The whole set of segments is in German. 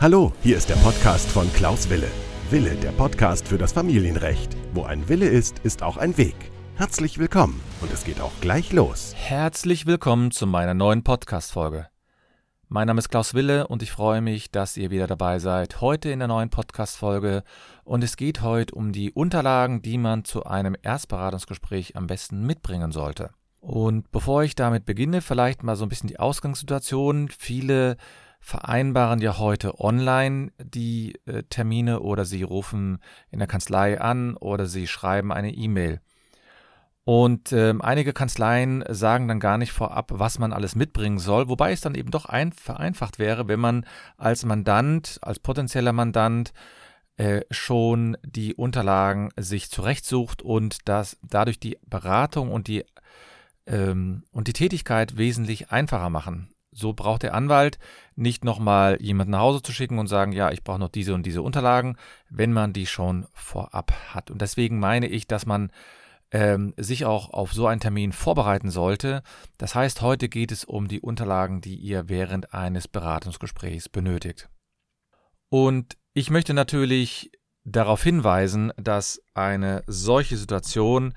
Hallo, hier ist der Podcast von Klaus Wille. Wille, der Podcast für das Familienrecht. Wo ein Wille ist, ist auch ein Weg. Herzlich willkommen und es geht auch gleich los. Herzlich willkommen zu meiner neuen Podcast-Folge. Mein Name ist Klaus Wille und ich freue mich, dass ihr wieder dabei seid, heute in der neuen Podcast-Folge. Und es geht heute um die Unterlagen, die man zu einem Erstberatungsgespräch am besten mitbringen sollte. Und bevor ich damit beginne, vielleicht mal so ein bisschen die Ausgangssituation. Viele vereinbaren ja heute online die Termine oder sie rufen in der Kanzlei an oder sie schreiben eine E-Mail. Und einige Kanzleien sagen dann gar nicht vorab, was man alles mitbringen soll, wobei es dann eben doch vereinfacht wäre, wenn man als Mandant, als potenzieller Mandant schon die Unterlagen sich zurechtsucht und dass dadurch die Beratung und die Tätigkeit wesentlich einfacher machen. So braucht der Anwalt nicht nochmal jemanden nach Hause zu schicken und sagen, ja, ich brauche noch diese und diese Unterlagen, wenn man die schon vorab hat. Und deswegen meine ich, dass man sich auch auf so einen Termin vorbereiten sollte. Das heißt, heute geht es um die Unterlagen, die ihr während eines Beratungsgesprächs benötigt. Und ich möchte natürlich darauf hinweisen, dass eine solche Situation,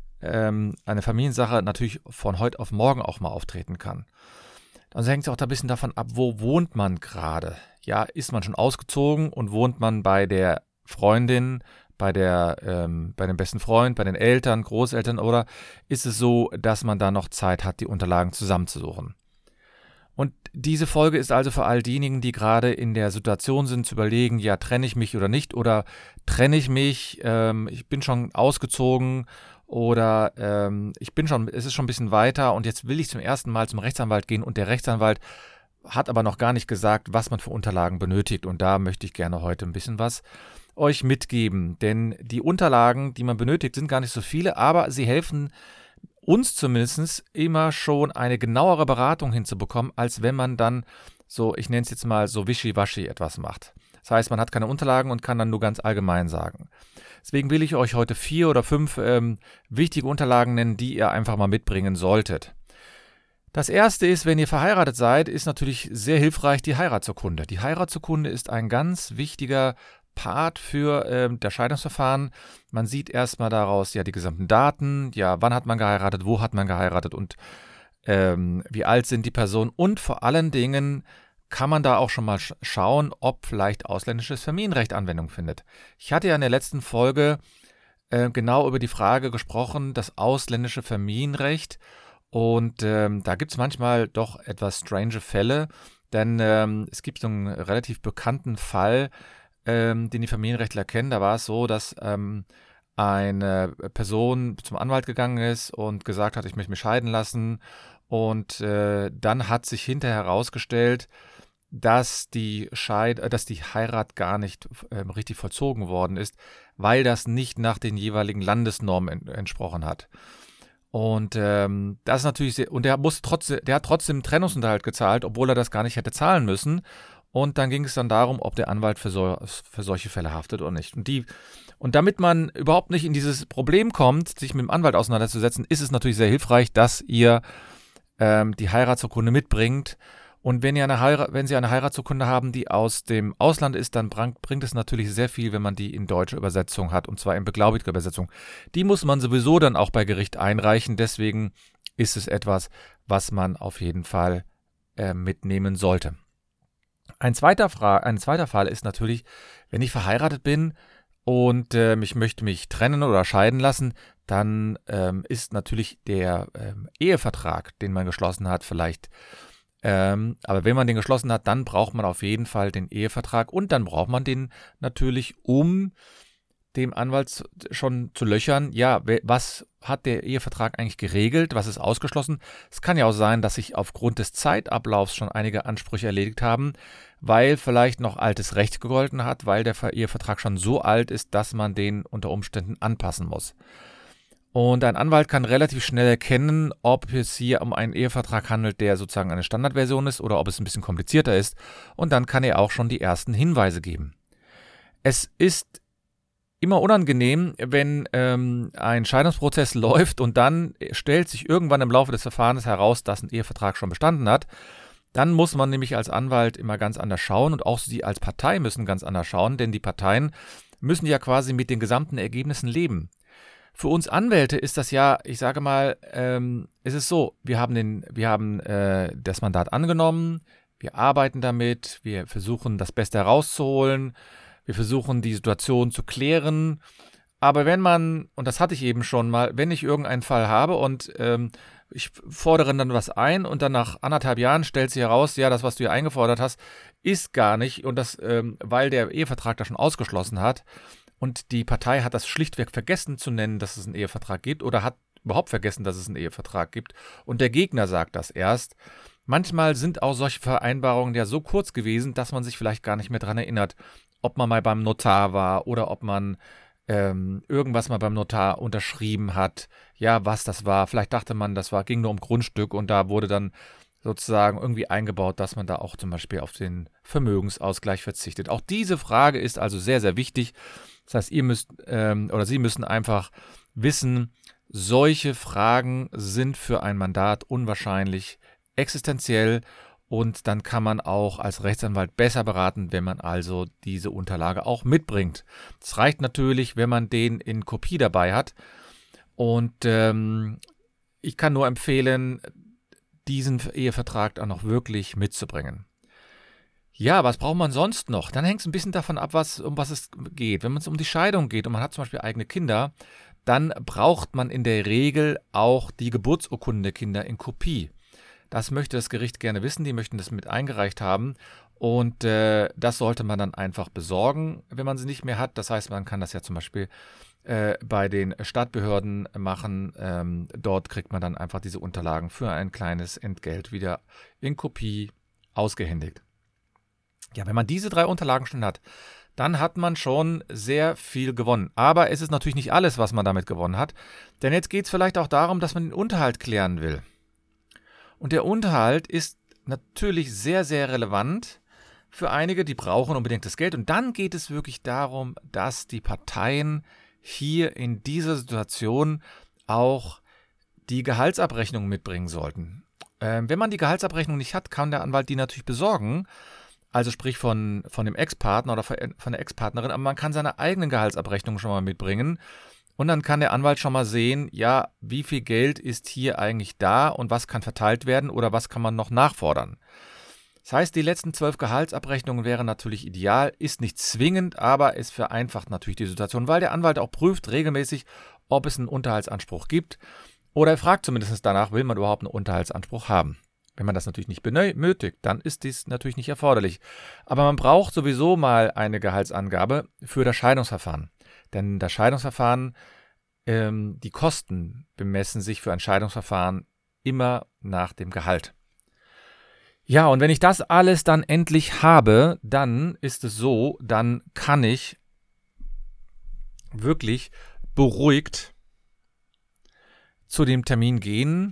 eine Familiensache natürlich von heute auf morgen auch mal auftreten kann. Also hängt es auch ein bisschen davon ab, wo wohnt man gerade. Ja, ist man schon ausgezogen und wohnt man bei der Freundin, bei dem besten Freund, bei den Eltern, Großeltern, oder ist es so, dass man da noch Zeit hat, die Unterlagen zusammenzusuchen? Und diese Folge ist also für all diejenigen, die gerade in der Situation sind, zu überlegen, ja, trenne ich mich oder nicht, oder trenne ich mich, ich bin schon ausgezogen oder es ist schon ein bisschen weiter und jetzt will ich zum ersten Mal zum Rechtsanwalt gehen und der Rechtsanwalt hat aber noch gar nicht gesagt, was man für Unterlagen benötigt, und da möchte ich gerne heute ein bisschen was euch mitgeben, denn die Unterlagen, die man benötigt, sind gar nicht so viele, aber sie helfen uns zumindest immer schon eine genauere Beratung hinzubekommen, als wenn man dann so, ich nenne es jetzt mal so wischiwaschi etwas macht. Das heißt, man hat keine Unterlagen und kann dann nur ganz allgemein sagen. Deswegen will ich euch heute 4 oder 5 wichtige Unterlagen nennen, die ihr einfach mal mitbringen solltet. Das erste ist, wenn ihr verheiratet seid, ist natürlich sehr hilfreich die Heiratsurkunde. Die Heiratsurkunde ist ein ganz wichtiger Part für das Scheidungsverfahren. Man sieht erstmal daraus ja die gesamten Daten, ja, wann hat man geheiratet, wo hat man geheiratet und wie alt sind die Personen, und vor allen Dingen kann man da auch schon mal schauen, ob vielleicht ausländisches Familienrecht Anwendung findet. Ich hatte ja in der letzten Folge genau über die Frage gesprochen, das ausländische Familienrecht, und da gibt es manchmal doch etwas strange Fälle, denn es gibt so einen relativ bekannten Fall, den die Familienrechtler kennen. Da war es so, dass eine Person zum Anwalt gegangen ist und gesagt hat, ich möchte mich scheiden lassen, und dann hat sich hinterher herausgestellt, dass die Heirat gar nicht richtig vollzogen worden ist, weil das nicht nach den jeweiligen Landesnormen entsprochen hat. Und das ist natürlich und der hat trotzdem Trennungsunterhalt gezahlt, obwohl er das gar nicht hätte zahlen müssen. Und dann ging es dann darum, ob der Anwalt für solche Fälle haftet oder nicht. Und damit man überhaupt nicht in dieses Problem kommt, sich mit dem Anwalt auseinanderzusetzen, ist es natürlich sehr hilfreich, dass ihr die Heiratsurkunde mitbringt. Und wenn Sie eine Heiratsurkunde haben, die aus dem Ausland ist, dann bringt es natürlich sehr viel, wenn man die in deutsche Übersetzung hat, und zwar in beglaubigter Übersetzung. Die muss man sowieso dann auch bei Gericht einreichen, deswegen ist es etwas, was man auf jeden Fall mitnehmen sollte. Ein zweiter Fall ist natürlich, wenn ich verheiratet bin und ich möchte mich trennen oder scheiden lassen, dann ist natürlich der Ehevertrag, den man geschlossen hat, vielleicht. Aber wenn man den geschlossen hat, dann braucht man auf jeden Fall den Ehevertrag, und dann braucht man den natürlich, um dem Anwalt schon zu löchern, ja, was hat der Ehevertrag eigentlich geregelt, was ist ausgeschlossen. Es kann ja auch sein, dass sich aufgrund des Zeitablaufs schon einige Ansprüche erledigt haben, weil vielleicht noch altes Recht gegolten hat, weil der Ehevertrag schon so alt ist, dass man den unter Umständen anpassen muss. Und ein Anwalt kann relativ schnell erkennen, ob es hier um einen Ehevertrag handelt, der sozusagen eine Standardversion ist, oder ob es ein bisschen komplizierter ist. Und dann kann er auch schon die ersten Hinweise geben. Es ist immer unangenehm, wenn ein Scheidungsprozess läuft und dann stellt sich irgendwann im Laufe des Verfahrens heraus, dass ein Ehevertrag schon bestanden hat. Dann muss man nämlich als Anwalt immer ganz anders schauen und auch Sie als Partei müssen ganz anders schauen, denn die Parteien müssen ja quasi mit den gesamten Ergebnissen leben. Für uns Anwälte ist das ja, ich sage mal, es ist so, wir haben das Mandat angenommen, wir arbeiten damit, wir versuchen das Beste herauszuholen, wir versuchen die Situation zu klären. Aber wenn man, und das hatte ich eben schon mal, wenn ich irgendeinen Fall habe und ich fordere dann was ein und dann nach 1,5 Jahren stellt sich heraus, ja, das, was du hier eingefordert hast, ist gar nicht und das, weil der Ehevertrag das schon ausgeschlossen hat und die Partei hat das schlichtweg vergessen zu nennen, dass es einen Ehevertrag gibt oder hat überhaupt vergessen, dass es einen Ehevertrag gibt und der Gegner sagt das erst. Manchmal sind auch solche Vereinbarungen ja so kurz gewesen, dass man sich vielleicht gar nicht mehr daran erinnert, ob man mal beim Notar war oder ob man irgendwas mal beim Notar unterschrieben hat, ja, was das war. Vielleicht dachte man, ging nur um Grundstück und da wurde dann sozusagen irgendwie eingebaut, dass man da auch zum Beispiel auf den Vermögensausgleich verzichtet. Auch diese Frage ist also sehr, sehr wichtig. Das heißt, ihr müsst oder Sie müssen einfach wissen, solche Fragen sind für ein Mandat unwahrscheinlich existenziell und dann kann man auch als Rechtsanwalt besser beraten, wenn man also diese Unterlage auch mitbringt. Es reicht natürlich, wenn man den in Kopie dabei hat und ich kann nur empfehlen, diesen Ehevertrag auch noch wirklich mitzubringen. Ja, was braucht man sonst noch? Dann hängt es ein bisschen davon ab, um was es geht. Wenn es um die Scheidung geht und man hat zum Beispiel eigene Kinder, dann braucht man in der Regel auch die Geburtsurkunden der Kinder in Kopie. Das möchte das Gericht gerne wissen, die möchten das mit eingereicht haben und das sollte man dann einfach besorgen, wenn man sie nicht mehr hat. Das heißt, man kann das ja zum Beispiel bei den Stadtbehörden machen. Dort kriegt man dann einfach diese Unterlagen für ein kleines Entgelt wieder in Kopie ausgehändigt. Ja, wenn man diese 3 Unterlagen schon hat, dann hat man schon sehr viel gewonnen. Aber es ist natürlich nicht alles, was man damit gewonnen hat, denn jetzt geht es vielleicht auch darum, dass man den Unterhalt klären will. Und der Unterhalt ist natürlich sehr, sehr relevant für einige, die brauchen unbedingt das Geld. Und dann geht es wirklich darum, dass die Parteien hier in dieser Situation auch die Gehaltsabrechnung mitbringen sollten. Wenn man die Gehaltsabrechnung nicht hat, kann der Anwalt die natürlich besorgen, also sprich von dem Ex-Partner oder von der Ex-Partnerin, aber man kann seine eigenen Gehaltsabrechnungen schon mal mitbringen. Und dann kann der Anwalt schon mal sehen, ja, wie viel Geld ist hier eigentlich da und was kann verteilt werden oder was kann man noch nachfordern. Das heißt, die letzten 12 Gehaltsabrechnungen wären natürlich ideal, ist nicht zwingend, aber es vereinfacht natürlich die Situation, weil der Anwalt auch prüft regelmäßig, ob es einen Unterhaltsanspruch gibt oder er fragt zumindest danach, will man überhaupt einen Unterhaltsanspruch haben. Wenn man das natürlich nicht benötigt, dann ist dies natürlich nicht erforderlich. Aber man braucht sowieso mal eine Gehaltsangabe für das Scheidungsverfahren. Denn das Scheidungsverfahren, die Kosten bemessen sich für ein Scheidungsverfahren immer nach dem Gehalt. Ja, und wenn ich das alles dann endlich habe, dann ist es so, dann kann ich wirklich beruhigt zu dem Termin gehen.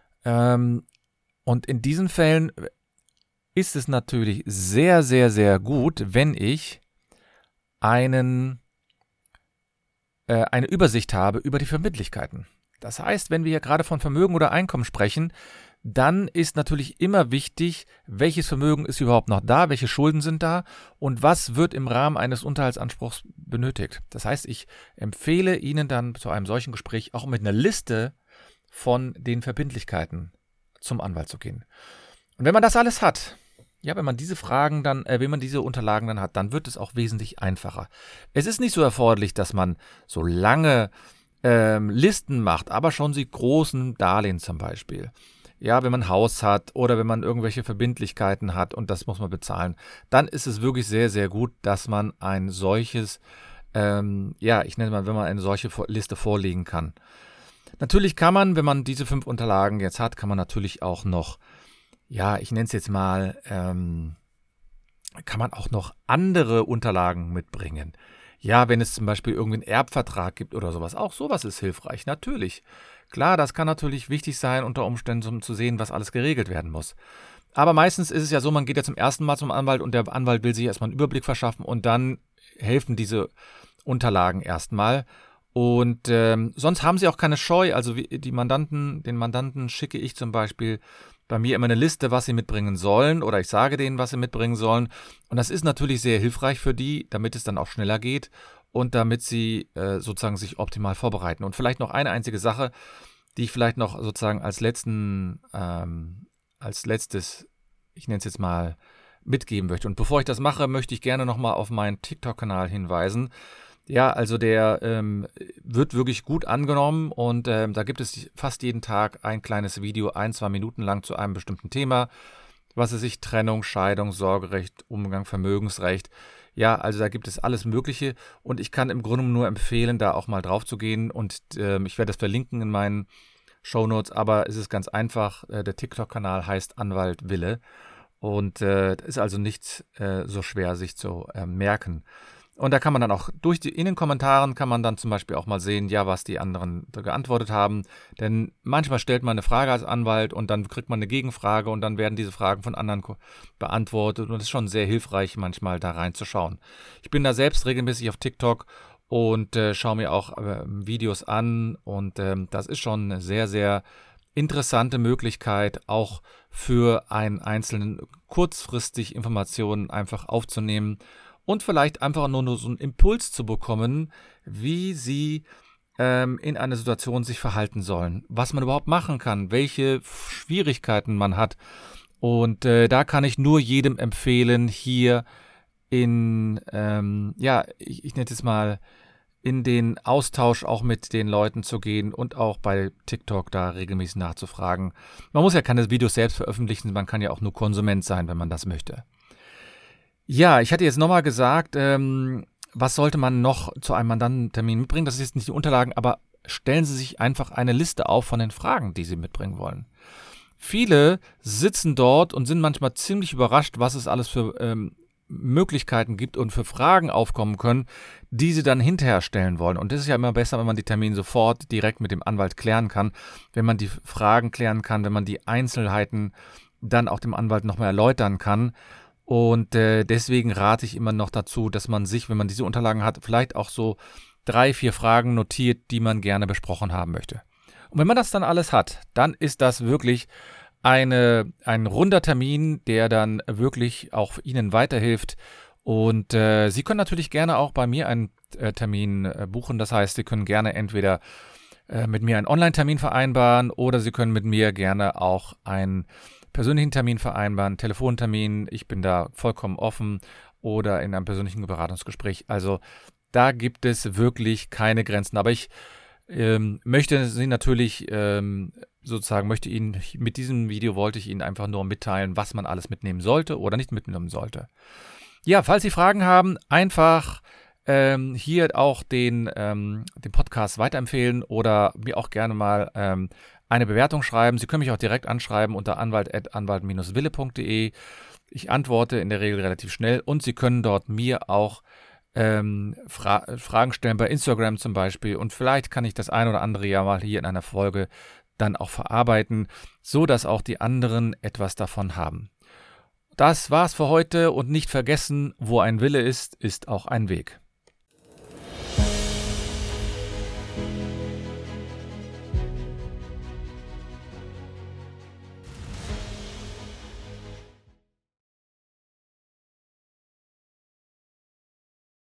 Und in diesen Fällen ist es natürlich sehr, sehr, sehr gut, wenn ich eine Übersicht habe über die Verbindlichkeiten. Das heißt, wenn wir hier gerade von Vermögen oder Einkommen sprechen, dann ist natürlich immer wichtig, welches Vermögen ist überhaupt noch da, welche Schulden sind da und was wird im Rahmen eines Unterhaltsanspruchs benötigt. Das heißt, ich empfehle Ihnen dann zu einem solchen Gespräch auch mit einer Liste von den Verbindlichkeiten zum Anwalt zu gehen. Und wenn man das alles hat, ja, wenn man diese wenn man diese Unterlagen dann hat, dann wird es auch wesentlich einfacher. Es ist nicht so erforderlich, dass man so lange Listen macht, aber schon die großen Darlehen zum Beispiel. Ja, wenn man ein Haus hat oder wenn man irgendwelche Verbindlichkeiten hat und das muss man bezahlen, dann ist es wirklich sehr, sehr gut, dass man ein solches, wenn man eine solche Liste vorlegen kann. Natürlich kann man, wenn man diese 5 Unterlagen jetzt hat, kann man natürlich auch noch, ja, ich nenne es jetzt mal, kann man auch noch andere Unterlagen mitbringen. Ja, wenn es zum Beispiel irgendwie einen Erbvertrag gibt oder sowas, auch sowas ist hilfreich, natürlich. Klar, das kann natürlich wichtig sein, unter Umständen, um zu sehen, was alles geregelt werden muss. Aber meistens ist es ja so, man geht ja zum ersten Mal zum Anwalt und der Anwalt will sich erstmal einen Überblick verschaffen und dann helfen diese Unterlagen erstmal. Und sonst haben sie auch keine Scheu, also den Mandanten schicke ich zum Beispiel bei mir immer eine Liste, was sie mitbringen sollen, oder ich sage denen, was sie mitbringen sollen. Und das ist natürlich sehr hilfreich für die, damit es dann auch schneller geht und damit sie sozusagen sich optimal vorbereiten. Und vielleicht noch eine einzige Sache, die ich vielleicht noch sozusagen als letztes, ich nenne es jetzt mal, mitgeben möchte. Und bevor ich das mache, möchte ich gerne nochmal auf meinen TikTok-Kanal hinweisen. Ja, also der wird wirklich gut angenommen und da gibt es fast jeden Tag ein kleines Video, 1-2 Minuten lang zu einem bestimmten Thema. Was weiß ich, Trennung, Scheidung, Sorgerecht, Umgang, Vermögensrecht. Ja, also da gibt es alles Mögliche und ich kann im Grunde nur empfehlen, da auch mal drauf zu gehen und ich werde das verlinken in meinen Shownotes, aber es ist ganz einfach, der TikTok-Kanal heißt Anwalt Wille und ist also nicht so schwer sich zu merken. Und da kann man dann auch in den Kommentaren kann man dann zum Beispiel auch mal sehen, ja, was die anderen da geantwortet haben. Denn manchmal stellt man eine Frage als Anwalt und dann kriegt man eine Gegenfrage und dann werden diese Fragen von anderen beantwortet. Und es ist schon sehr hilfreich, manchmal da reinzuschauen. Ich bin da selbst regelmäßig auf TikTok und schaue mir auch Videos an. Und das ist schon eine sehr, sehr interessante Möglichkeit, auch für einen Einzelnen kurzfristig Informationen einfach aufzunehmen. Und vielleicht einfach nur so einen Impuls zu bekommen, wie sie in einer Situation sich verhalten sollen, was man überhaupt machen kann, welche Schwierigkeiten man hat. Und da kann ich nur jedem empfehlen, hier ich nenne es mal, in den Austausch auch mit den Leuten zu gehen und auch bei TikTok da regelmäßig nachzufragen. Man muss ja keine Videos selbst veröffentlichen, man kann ja auch nur Konsument sein, wenn man das möchte. Ja, ich hatte jetzt nochmal gesagt, was sollte man noch zu einem Mandantentermin mitbringen? Das ist jetzt nicht die Unterlagen, aber stellen Sie sich einfach eine Liste auf von den Fragen, die Sie mitbringen wollen. Viele sitzen dort und sind manchmal ziemlich überrascht, was es alles für Möglichkeiten gibt und für Fragen aufkommen können, die sie dann hinterher stellen wollen. Und das ist ja immer besser, wenn man die Termine sofort direkt mit dem Anwalt klären kann, wenn man die Fragen klären kann, wenn man die Einzelheiten dann auch dem Anwalt nochmal erläutern kann. Und deswegen rate ich immer noch dazu, dass man sich, wenn man diese Unterlagen hat, vielleicht auch so 3-4 Fragen notiert, die man gerne besprochen haben möchte. Und wenn man das dann alles hat, dann ist das wirklich ein runder Termin, der dann wirklich auch Ihnen weiterhilft. Und Sie können natürlich gerne auch bei mir einen Termin buchen. Das heißt, Sie können gerne entweder mit mir einen Online-Termin vereinbaren oder Sie können mit mir gerne auch einen persönlichen Termin vereinbaren, Telefontermin, ich bin da vollkommen offen oder in einem persönlichen Beratungsgespräch. Also da gibt es wirklich keine Grenzen. Aber ich möchte Sie natürlich möchte Ihnen mit diesem Video wollte ich Ihnen einfach nur mitteilen, was man alles mitnehmen sollte oder nicht mitnehmen sollte. Ja, falls Sie Fragen haben, einfach hier auch den Podcast weiterempfehlen oder mir auch gerne mal eine Bewertung schreiben. Sie können mich auch direkt anschreiben unter anwalt@anwalt-wille.de. Ich antworte in der Regel relativ schnell und Sie können dort mir auch Fragen stellen bei Instagram zum Beispiel und vielleicht kann ich das ein oder andere ja mal hier in einer Folge dann auch verarbeiten, so dass auch die anderen etwas davon haben. Das war's für heute und nicht vergessen, wo ein Wille ist, ist auch ein Weg.